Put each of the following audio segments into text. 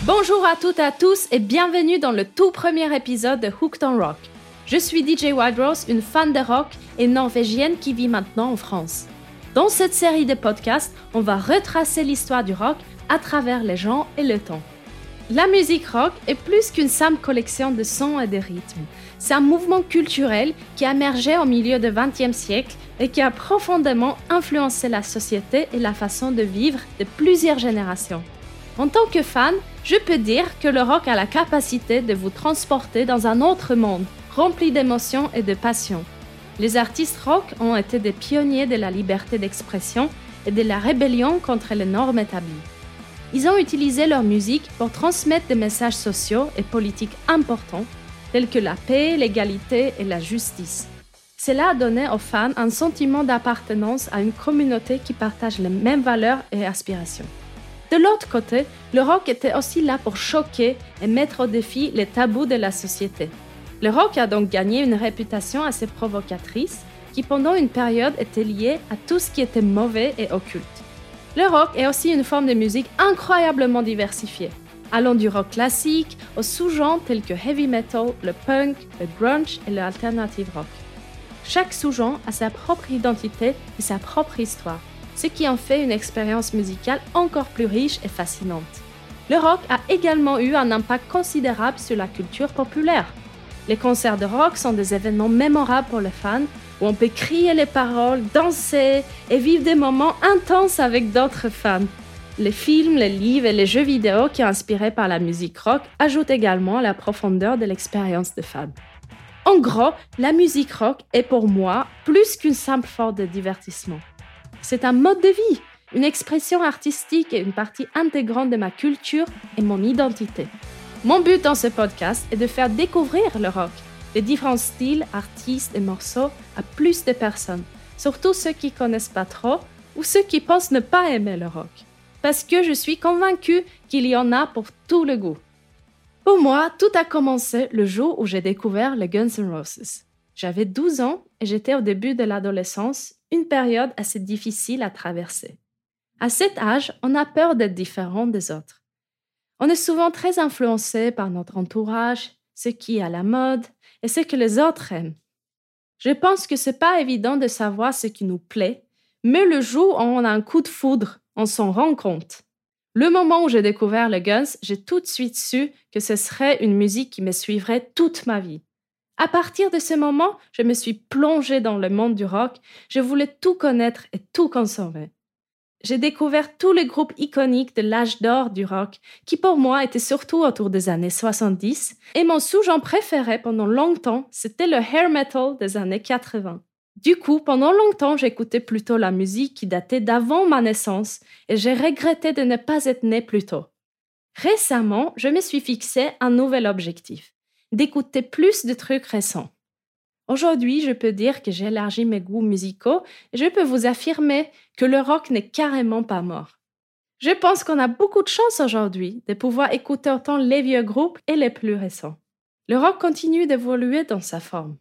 Bonjour à toutes et à tous et bienvenue dans le tout premier épisode de Hooked on Rock. Je suis DJ Wild Rose, une fan de rock et norvégienne qui vit maintenant en France. Dans cette série de podcasts, on va retracer l'histoire du rock à travers les gens et le temps. La musique rock est plus qu'une simple collection de sons et de rythmes. C'est un mouvement culturel qui a émergé au milieu du XXe siècle et qui a profondément influencé la société et la façon de vivre de plusieurs générations. En tant que fan, je peux dire que le rock a la capacité de vous transporter dans un autre monde, rempli d'émotions et de passion. Les artistes rock ont été des pionniers de la liberté d'expression et de la rébellion contre les normes établies. Ils ont utilisé leur musique pour transmettre des messages sociaux et politiques importants, tels que la paix, l'égalité et la justice. Cela a donné aux fans un sentiment d'appartenance à une communauté qui partage les mêmes valeurs et aspirations. De l'autre côté, le rock était aussi là pour choquer et mettre au défi les tabous de la société. Le rock a donc gagné une réputation assez provocatrice qui pendant une période était liée à tout ce qui était mauvais et occulte. Le rock est aussi une forme de musique incroyablement diversifiée, allant du rock classique aux sous-genres tels que heavy metal, le punk, le grunge et le alternative rock. Chaque sous-genre a sa propre identité et sa propre histoire, ce qui en fait une expérience musicale encore plus riche et fascinante. Le rock a également eu un impact considérable sur la culture populaire. Les concerts de rock sont des événements mémorables pour les fans, où on peut crier les paroles, danser et vivre des moments intenses avec d'autres fans. Les films, les livres et les jeux vidéo qui sont inspirés par la musique rock ajoutent également à la profondeur de l'expérience des fans. En gros, la musique rock est pour moi plus qu'une simple forme de divertissement. C'est un mode de vie, une expression artistique et une partie intégrante de ma culture et mon identité. Mon but dans ce podcast est de faire découvrir le rock, les différents styles, artistes et morceaux à plus de personnes, surtout ceux qui ne connaissent pas trop ou ceux qui pensent ne pas aimer le rock. Parce que je suis convaincue qu'il y en a pour tout le goût. Pour moi, tout a commencé le jour où j'ai découvert les Guns N' Roses. J'avais 12 ans et j'étais au début de l'adolescence, une période assez difficile à traverser. À cet âge, on a peur d'être différent des autres. On est souvent très influencé par notre entourage, ce qui est à la mode et ce que les autres aiment. Je pense que c'est pas évident de savoir ce qui nous plaît, mais le jour où on a un coup de foudre, on s'en rend compte. Le moment où j'ai découvert les Guns, j'ai tout de suite su que ce serait une musique qui me suivrait toute ma vie. À partir de ce moment, je me suis plongée dans le monde du rock, je voulais tout connaître et tout consommer. J'ai découvert tous les groupes iconiques de l'âge d'or du rock, qui pour moi étaient surtout autour des années 70, et mon sous-genre préféré pendant longtemps, c'était le hair metal des années 80. Du coup, pendant longtemps, j'écoutais plutôt la musique qui datait d'avant ma naissance, et j'ai regretté de ne pas être née plus tôt. Récemment, je me suis fixé un nouvel objectif, d'écouter plus de trucs récents. Aujourd'hui, je peux dire que j'ai élargi mes goûts musicaux et je peux vous affirmer que le rock n'est carrément pas mort. Je pense qu'on a beaucoup de chance aujourd'hui de pouvoir écouter autant les vieux groupes et les plus récents. Le rock continue d'évoluer dans sa forme.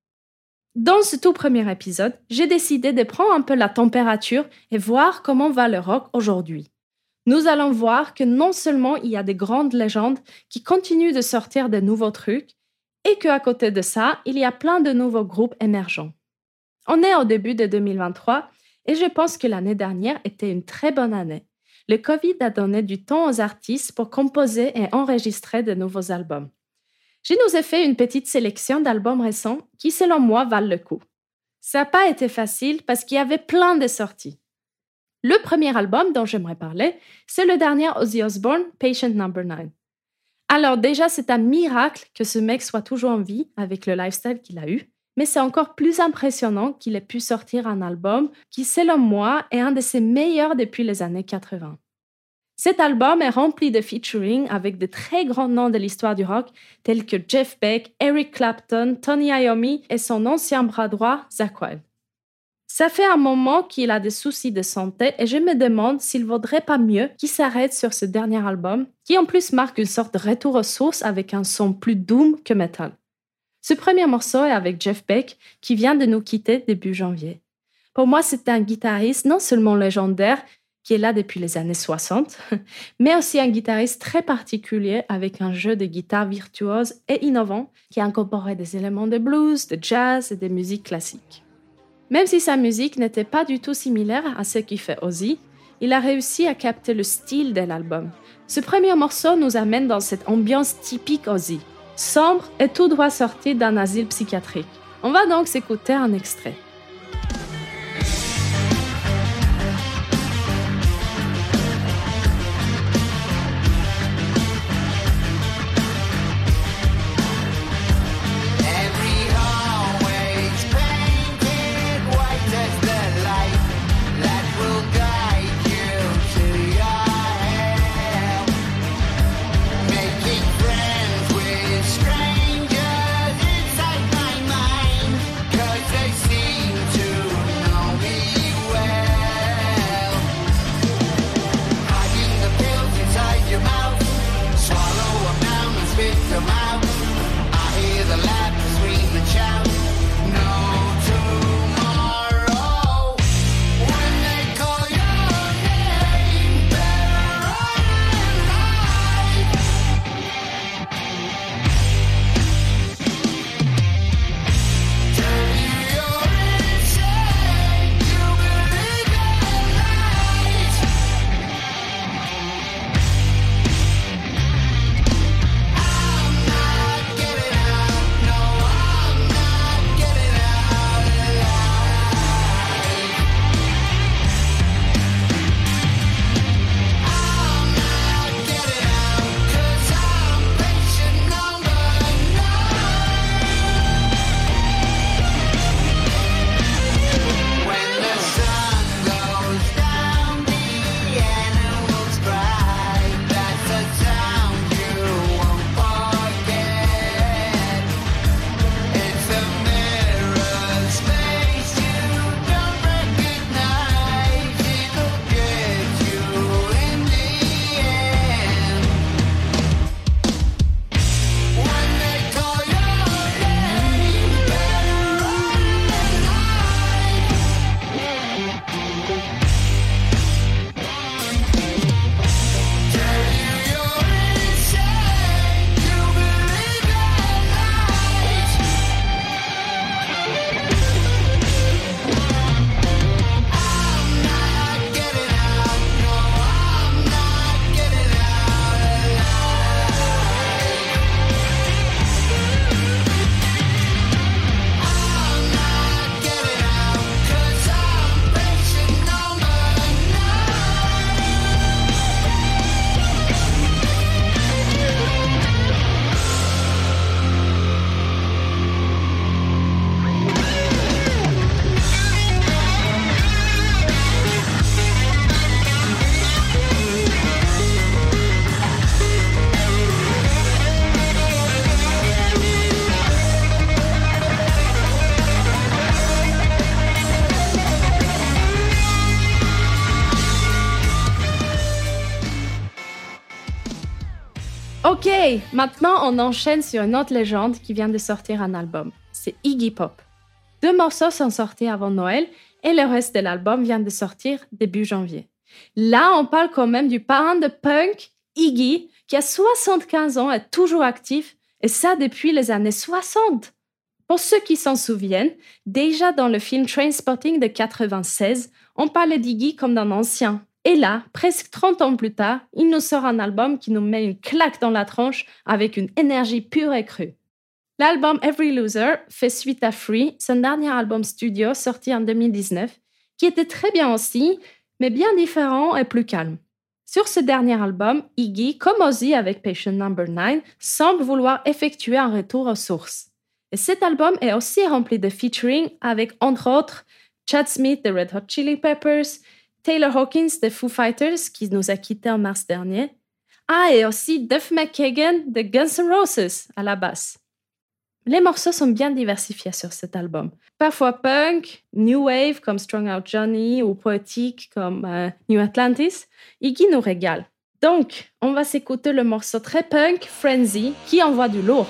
Dans ce tout premier épisode, j'ai décidé de prendre un peu la température et voir comment va le rock aujourd'hui. Nous allons voir que non seulement il y a des grandes légendes qui continuent de sortir de nouveaux trucs, et qu'à côté de ça, il y a plein de nouveaux groupes émergents. On est au début de 2023 et je pense que l'année dernière était une très bonne année. Le Covid a donné du temps aux artistes pour composer et enregistrer de nouveaux albums. Je nous ai fait une petite sélection d'albums récents qui, selon moi, valent le coup. Ça n'a pas été facile parce qu'il y avait plein de sorties. Le premier album dont j'aimerais parler, c'est le dernier Ozzy Osbourne, Patient Number 9. Alors déjà, c'est un miracle que ce mec soit toujours en vie avec le lifestyle qu'il a eu, mais c'est encore plus impressionnant qu'il ait pu sortir un album qui, selon moi, est un de ses meilleurs depuis les années 80. Cet album est rempli de featuring avec de très grands noms de l'histoire du rock, tels que Jeff Beck, Eric Clapton, Tony Iommi et son ancien bras droit, Zakk Wylde. Ça fait un moment qu'il a des soucis de santé et je me demande s'il vaudrait pas mieux qu'il s'arrête sur ce dernier album, qui en plus marque une sorte de retour aux sources avec un son plus doom que metal. Ce premier morceau est avec Jeff Beck, qui vient de nous quitter début janvier. Pour moi, c'est un guitariste non seulement légendaire, qui est là depuis les années 60, mais aussi un guitariste très particulier avec un jeu de guitare virtuose et innovant qui incorporait des éléments de blues, de jazz et de musique classique. Même si sa musique n'était pas du tout similaire à ce qui fait Ozzy, il a réussi à capter le style de l'album. Ce premier morceau nous amène dans cette ambiance typique Ozzy, sombre et tout droit sorti d'un asile psychiatrique. On va donc s'écouter un extrait. Ok, maintenant on enchaîne sur une autre légende qui vient de sortir un album. C'est Iggy Pop. 2 morceaux sont sortis avant Noël et le reste de l'album vient de sortir début janvier. Là, on parle quand même du parrain de punk, Iggy, qui a 75 ans et est toujours actif, et ça depuis les années 60. Pour ceux qui s'en souviennent, déjà dans le film Trainspotting de 96, on parlait d'Iggy comme d'un ancien. Et là, presque 30 ans plus tard, il nous sort un album qui nous met une claque dans la tronche avec une énergie pure et crue. L'album Every Loser fait suite à Free, son dernier album studio sorti en 2019, qui était très bien aussi, mais bien différent et plus calme. Sur ce dernier album, Iggy, comme Ozzy avec Patient Number 9, semble vouloir effectuer un retour aux sources. Et cet album est aussi rempli de featuring avec, entre autres, Chad Smith de Red Hot Chili Peppers, Taylor Hawkins de Foo Fighters, qui nous a quittés en mars dernier. Et aussi Duff McKagan de Guns N' Roses à la basse. Les morceaux sont bien diversifiés sur cet album. Parfois punk, new wave comme Strung Out Johnny ou poétique comme New Atlantis. Iggy nous régale. Donc, on va s'écouter le morceau très punk, Frenzy, qui envoie du lourd.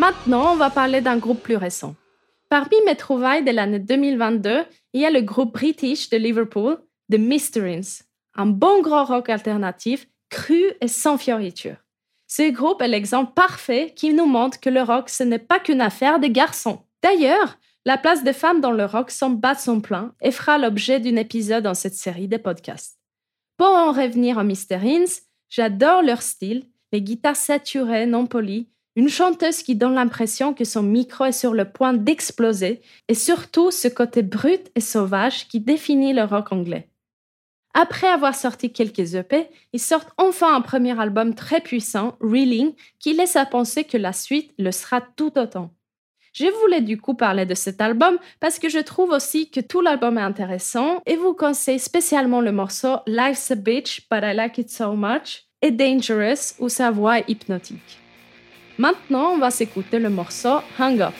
Maintenant, on va parler d'un groupe plus récent. Parmi mes trouvailles de l'année 2022, il y a le groupe british de Liverpool, The Mysterines, un bon gros rock alternatif, cru et sans fioritures. Ce groupe est l'exemple parfait qui nous montre que le rock, ce n'est pas qu'une affaire des garçons. D'ailleurs, la place des femmes dans le rock semble battre son plein et fera l'objet d'un épisode dans cette série de podcasts. Pour en revenir aux Mysterines, j'adore leur style, les guitares saturées, non polies, une chanteuse qui donne l'impression que son micro est sur le point d'exploser et surtout ce côté brut et sauvage qui définit le rock anglais. Après avoir sorti quelques EP, ils sortent enfin un premier album très puissant, Reeling, qui laisse à penser que la suite le sera tout autant. Je voulais du coup parler de cet album parce que je trouve aussi que tout l'album est intéressant et vous conseille spécialement le morceau Life's a Bitch but I Like It So Much et Dangerous où sa voix est hypnotique. Maintenant, on va s'écouter le morceau Hung Up.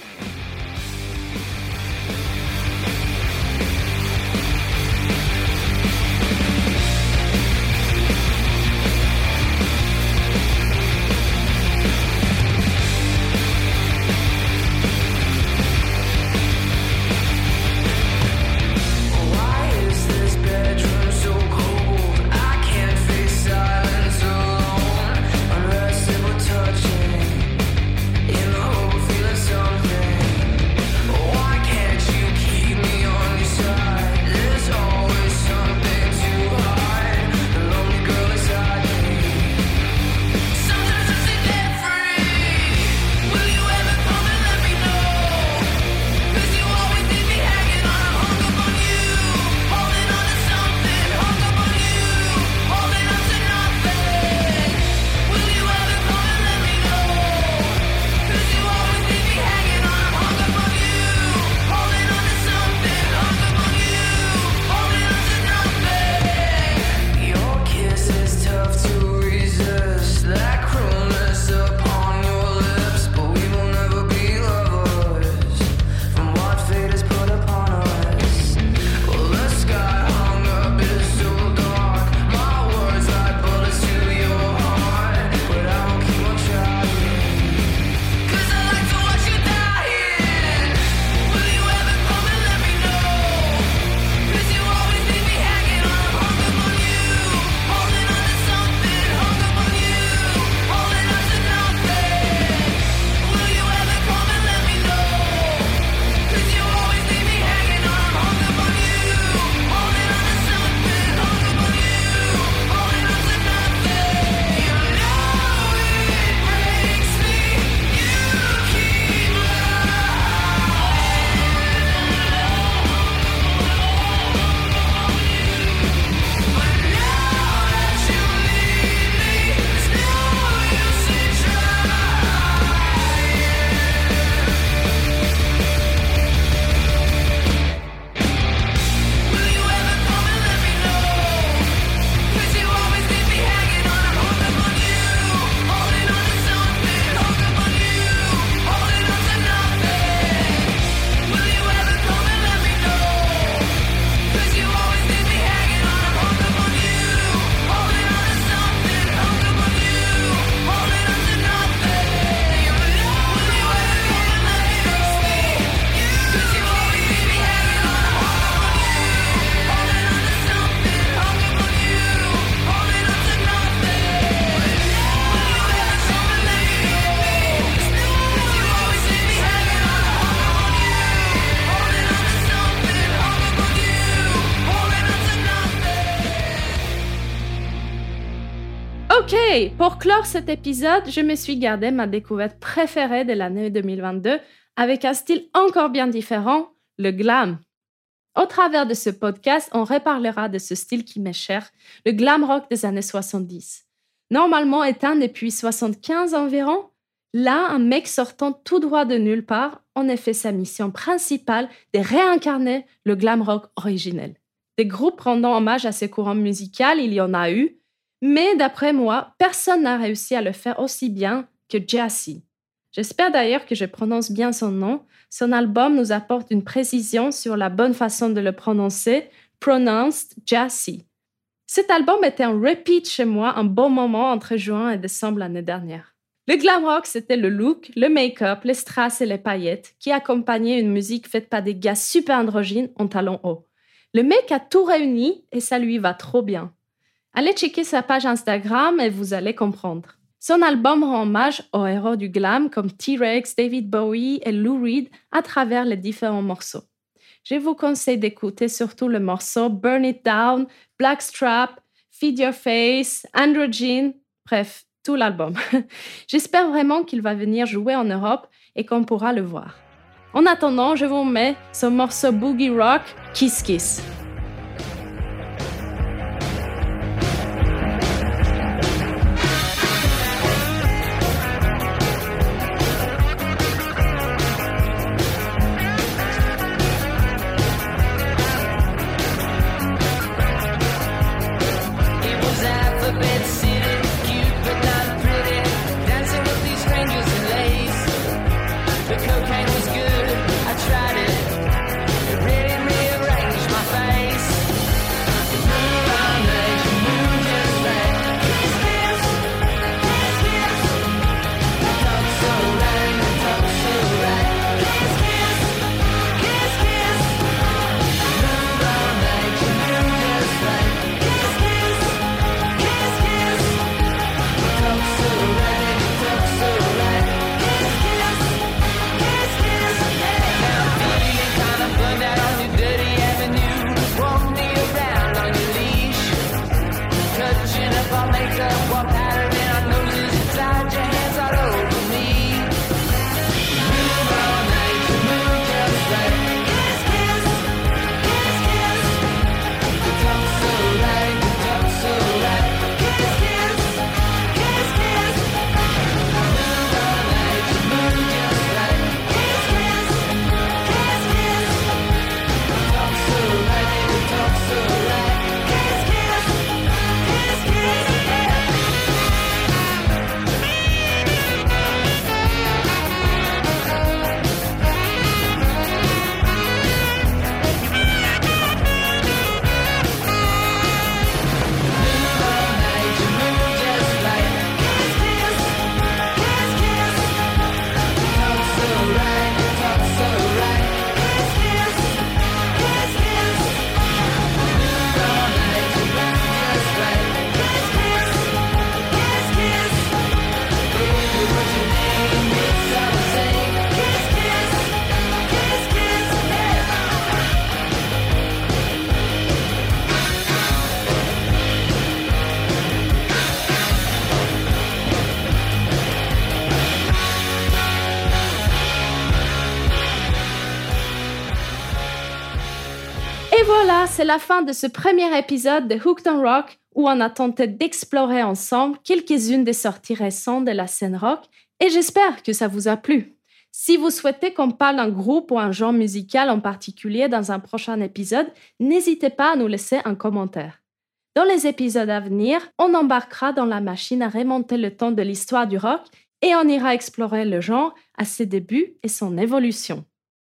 Ok, pour clore cet épisode, je me suis gardé ma découverte préférée de l'année 2022 avec un style encore bien différent, le glam. Au travers de ce podcast, on reparlera de ce style qui m'est cher, le glam rock des années 70. Normalement éteint depuis 75 environ, là, un mec sortant tout droit de nulle part en a fait sa mission principale de réincarner le glam rock originel. Des groupes rendant hommage à ce courant musical, il y en a eu, mais d'après moi, personne n'a réussi à le faire aussi bien que Jassy. J'espère d'ailleurs que je prononce bien son nom. Son album nous apporte une précision sur la bonne façon de le prononcer, pronounced Jassy. Cet album était en repeat chez moi un bon moment entre juin et décembre l'année dernière. Le glam rock, c'était le look, le make-up, les strass et les paillettes qui accompagnaient une musique faite par des gars super androgynes en talons hauts. Le mec a tout réuni et ça lui va trop bien. Allez checker sa page Instagram et vous allez comprendre. Son album rend hommage aux héros du glam comme T-Rex, David Bowie et Lou Reed à travers les différents morceaux. Je vous conseille d'écouter surtout le morceau Burn It Down, Blackstrap, Feed Your Face, Androgyne, bref, tout l'album. J'espère vraiment qu'il va venir jouer en Europe et qu'on pourra le voir. En attendant, je vous mets son morceau Boogie Rock, Kiss Kiss. Et voilà, c'est la fin de ce premier épisode de Hooked on Rock où on a tenté d'explorer ensemble quelques-unes des sorties récentes de la scène rock et j'espère que ça vous a plu. Si vous souhaitez qu'on parle d'un groupe ou un genre musical en particulier dans un prochain épisode, n'hésitez pas à nous laisser un commentaire. Dans les épisodes à venir, on embarquera dans la machine à remonter le temps de l'histoire du rock et on ira explorer le genre à ses débuts et son évolution.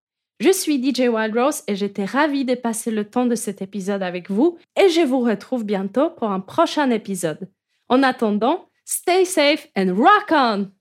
Je suis DJ Wild Rose et j'étais ravie de passer le temps de cet épisode avec vous et je vous retrouve bientôt pour un prochain épisode. En attendant, stay safe and rock on!